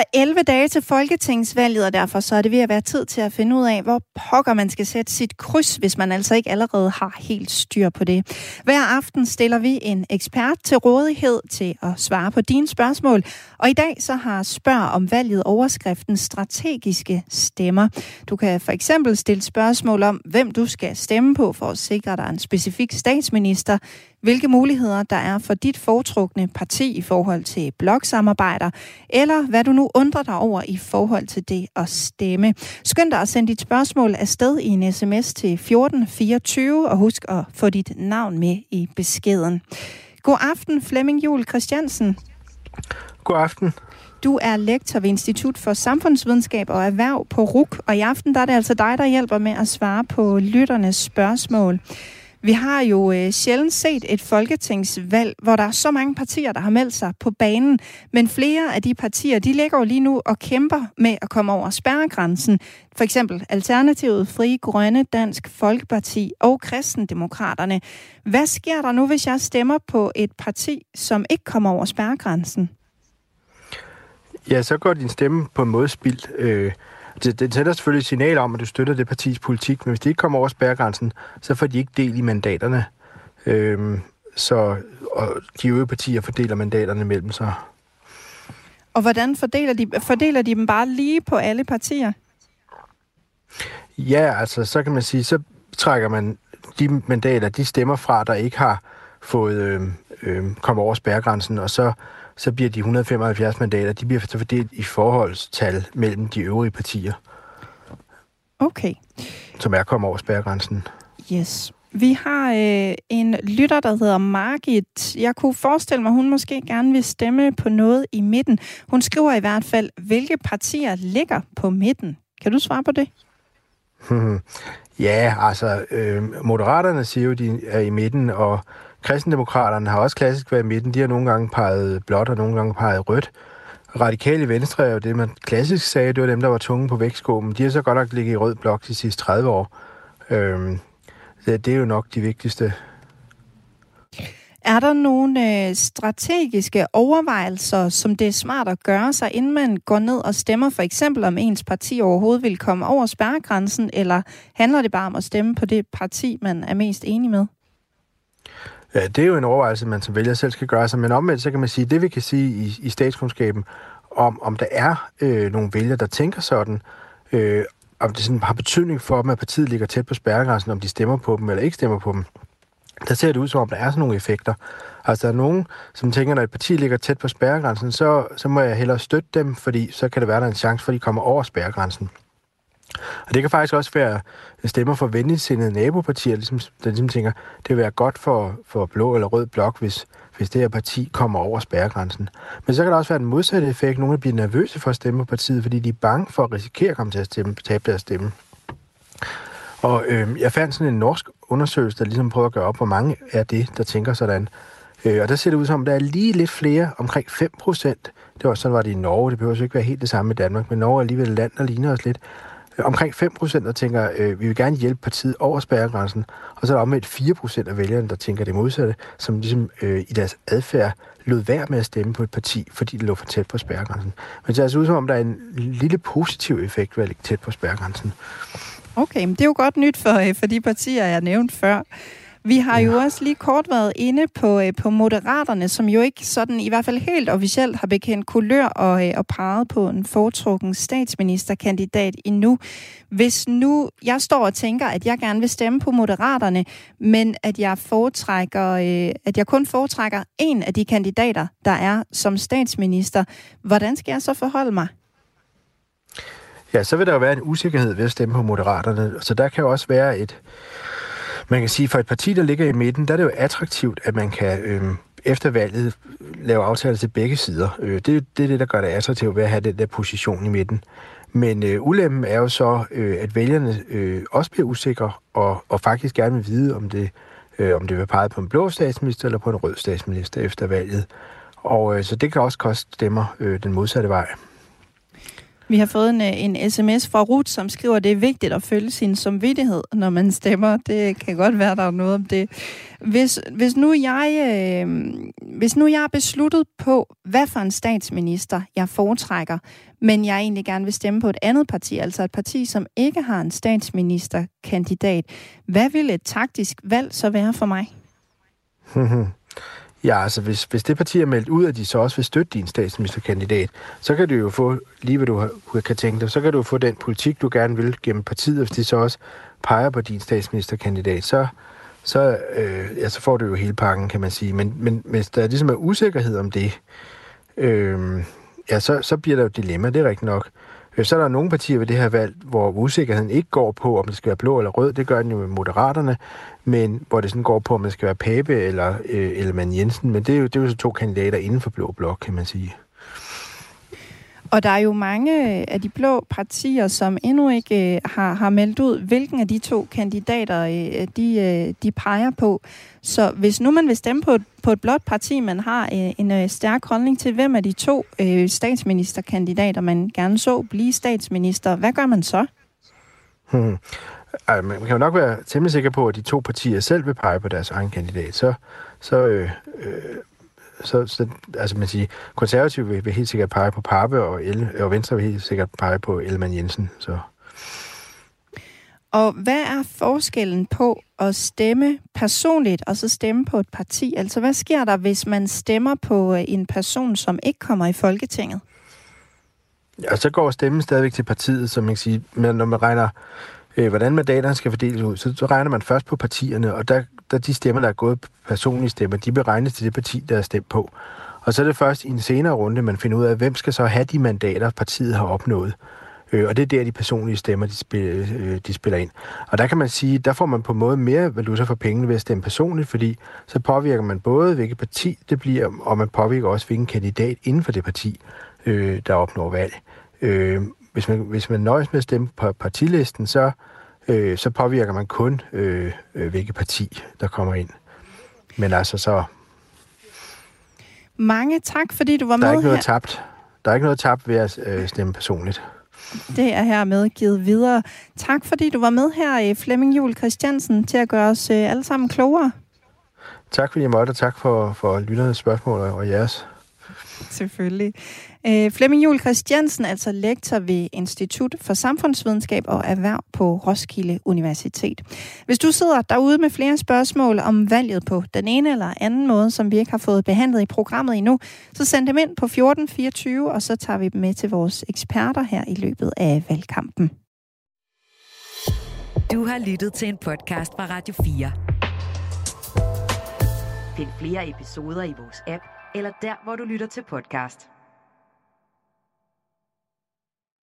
11 dage til folketingsvalget, og derfor så er det ved at være tid til at finde ud af, hvor pokker man skal sætte sit kryds, hvis man altså ikke allerede har helt styr på det. Hver aften stiller vi en ekspert til rådighed til at svare på dine spørgsmål, og i dag så har Spørg om valget overskriften strategiske stemmer. Du kan for eksempel stille spørgsmål om, hvem du skal stemme på for at sikre dig en specifik statsminister, hvilke muligheder der er for dit foretrukne parti i forhold til bloksamarbejder, eller hvad du nu undrer dig over i forhold til det at stemme. Skynd dig at sende dit spørgsmål afsted i en sms til 1424, og husk at få dit navn med i beskeden. God aften, Flemming Juhl Christiansen. God aften. Du er lektor ved Institut for Samfundsvidenskab og Erhverv på RUC, og i aften der er det altså dig, der hjælper med at svare på lytternes spørgsmål. Vi har jo sjældent set et folketingsvalg, hvor der er så mange partier, der har meldt sig på banen. Men flere af de partier, de ligger jo lige nu og kæmper med at komme over spærregrænsen. For eksempel Alternativet, Frie Grønne, Dansk Folkeparti og Kristendemokraterne. Hvad sker der nu, hvis jeg stemmer på et parti, som ikke kommer over spærregrænsen? Ja, så går din stemme på en måde spildt. Det sender selvfølgelig et signal om, at du støtter det partis politik, men hvis de ikke kommer over spærregrænsen, så får de ikke del i mandaterne. Og de øvrige partier fordeler mandaterne mellem sig. Og hvordan fordeler de dem bare lige på alle partier? Ja, altså så kan man sige, så trækker man de mandater, de stemmer fra, der ikke har fået kommet over spærregrænsen, og så bliver de 175 mandater, de bliver fordelt i forholdstal mellem de øvrige partier. Okay. Som er kommet over spærregrænsen. Yes. Vi har en lytter, der hedder Margit. Jeg kunne forestille mig, hun måske gerne vil stemme på noget i midten. Hun skriver i hvert fald, hvilke partier ligger på midten. Kan du svare på det? Ja, altså Moderaterne siger jo, de er i midten, og Kristendemokraterne har også klassisk været i midten. De har nogle gange peget blåt og nogle gange peget rødt. Radikale Venstre er jo det, man klassisk sagde, det var dem, der var tunge på vægtskåben. De har så godt nok ligget i rød blok de sidste 30 år. Det er jo nok de vigtigste. Er der nogle strategiske overvejelser, som det er smart at gøre sig, inden man går ned og stemmer, for eksempel om ens parti overhovedet vil komme over spærregrænsen, eller handler det bare om at stemme på det parti, man er mest enig med? Ja, det er jo en overvejelse, man som vælger selv skal gøre sig, men omvendt så kan man sige, det vi kan sige i statskundskaben, om der er nogle vælgere, der tænker sådan, om det sådan har betydning for dem, at partiet ligger tæt på spærregrænsen, om de stemmer på dem eller ikke stemmer på dem. Der ser det ud som om, der er sådan nogle effekter. Altså der er nogen, som tænker, når et parti ligger tæt på spærregrænsen, så må jeg hellere støtte dem, fordi så kan det være, der er en chance for, at de kommer over spærregrænsen. Og det kan faktisk også være stemmer for venligsindede nabopartier, der ligesom tænker, det vil være godt for blå eller rød blok, hvis det her parti kommer over spærregrænsen. Men så kan der også være en modsatte effekt. Nogle bliver nervøse for at stemme på partiet, fordi de er bange for at risikere at komme til at tabe deres stemme. Og jeg fandt sådan en norsk undersøgelse, der ligesom prøver at gøre op, hvor mange er det, der tænker sådan. Og der ser det ud som, der er lige lidt flere, omkring 5%. Sådan var det i Norge, det behøver så ikke være helt det samme i Danmark, men Norge er alligevel et land, der ligner os lidt. Omkring 5%, der tænker, vi vil gerne hjælpe partiet over spærregrænsen, og så er der omvendt 4% af vælgerne, der tænker det modsatte, som ligesom i deres adfærd lod være med at stemme på et parti, fordi det lå for tæt på spærregrænsen. Men det ser altså ud som om, der er en lille positiv effekt ved at ligge tæt på spærregrænsen. Okay, men det er jo godt nyt for de partier, jeg nævnte før. Vi har jo også lige kort været inde på Moderaterne, som jo ikke sådan i hvert fald helt officielt har bekendt kulør og peget på en foretrukken statsministerkandidat endnu. Hvis nu jeg står og tænker, at jeg gerne vil stemme på Moderaterne, men at jeg kun foretrækker en af de kandidater, der er som statsminister, hvordan skal jeg så forholde mig? Ja, så vil der jo være en usikkerhed ved at stemme på Moderaterne. Så der kan jo også være man kan sige, for et parti, der ligger i midten, der er det jo attraktivt, at man kan efter valget lave aftaler til begge sider. Det er det, der gør det attraktivt ved at have den der position i midten. Men ulempen er jo så, at vælgerne også bliver usikre og faktisk gerne vil vide, om det vil pege på en blå statsminister eller på en rød statsminister efter valget. Og så det kan også koste stemmer den modsatte vej. Vi har fået en sms fra Ruth, som skriver, at det er vigtigt at følge sin samvittighed, når man stemmer. Det kan godt være, der er noget om det. Hvis nu jeg hvis nu jeg er besluttet på, hvad for en statsminister jeg foretrækker, men jeg egentlig gerne vil stemme på et andet parti, altså et parti, som ikke har en statsministerkandidat, hvad vil et taktisk valg så være for mig? Ja, altså hvis det parti er meldt ud, at de så også vil støtte din statsministerkandidat, så kan du jo få, lige hvad du kan tænke dig, så kan du få den politik, du gerne vil gennem partiet, hvis de så også peger på din statsministerkandidat, så får du jo hele pakken, kan man sige. Men hvis der ligesom er usikkerhed om det, så bliver der jo et dilemma, det er rigtigt nok. Så er der nogle partier ved det her valg, hvor usikkerheden ikke går på, om det skal være blå eller rød. Det gør den jo med Moderaterne, men hvor det sådan går på, om det skal være Pape eller Ellemann-Jensen. Men det er jo så to kandidater inden for blå blok, kan man sige. Og der er jo mange af de blå partier, som endnu ikke har meldt ud, hvilken af de to kandidater de peger på. Så hvis nu man vil stemme på et blåt parti, man har en stærk holdning til, hvem af de to statsministerkandidater, man gerne så blive statsminister, hvad gør man så? Man kan jo nok være temmelig sikker på, at de to partier selv vil pege på deres egen kandidat. Så altså man siger, konservative vil helt sikkert pege på Pape, og Venstre vil helt sikkert pege på Ellemann-Jensen. Så. Og hvad er forskellen på at stemme personligt og så stemme på et parti? Altså hvad sker der, hvis man stemmer på en person, som ikke kommer i Folketinget? Ja, så går stemmen stadigvæk til partiet, som man kan sige, men når man regner hvordan mandaterne skal fordeles ud, så regner man først på partierne, og der de stemmer, der er gået personlige stemmer, de beregnes til det parti, der er stemt på. Og så er det først i en senere runde, man finder ud af, hvem skal så have de mandater, partiet har opnået. Og det er der, de personlige stemmer, de spiller ind. Og der kan man sige, der får man på en måde mere valuta for pengene ved at stemme personligt, fordi så påvirker man både, hvilket parti det bliver, og man påvirker også, hvilken kandidat inden for det parti, der opnår valg. Hvis man nøjes med at stemme på partilisten, så påvirker man kun, hvilket parti, der kommer ind. Men altså så... Mange tak, fordi du var med her. Der er ikke noget tabt ved at stemme personligt. Det er hermed givet videre. Tak, fordi du var med her, Flemming Juhl Christiansen, til at gøre os alle sammen klogere. Tak, fordi jeg måtte, og tak for lytternes spørgsmål og jeres. Selvfølgelig. Flemming Juhl Christiansen, altså lektor ved Institut for Samfundsvidenskab og Erhverv på Roskilde Universitet. Hvis du sidder derude med flere spørgsmål om valget på den ene eller anden måde, som vi ikke har fået behandlet i programmet endnu, så send dem ind på 1424, og så tager vi dem med til vores eksperter her i løbet af valgkampen. Du har lyttet til en podcast fra Radio 4. Find flere episoder i vores app, eller der, hvor du lytter til podcast.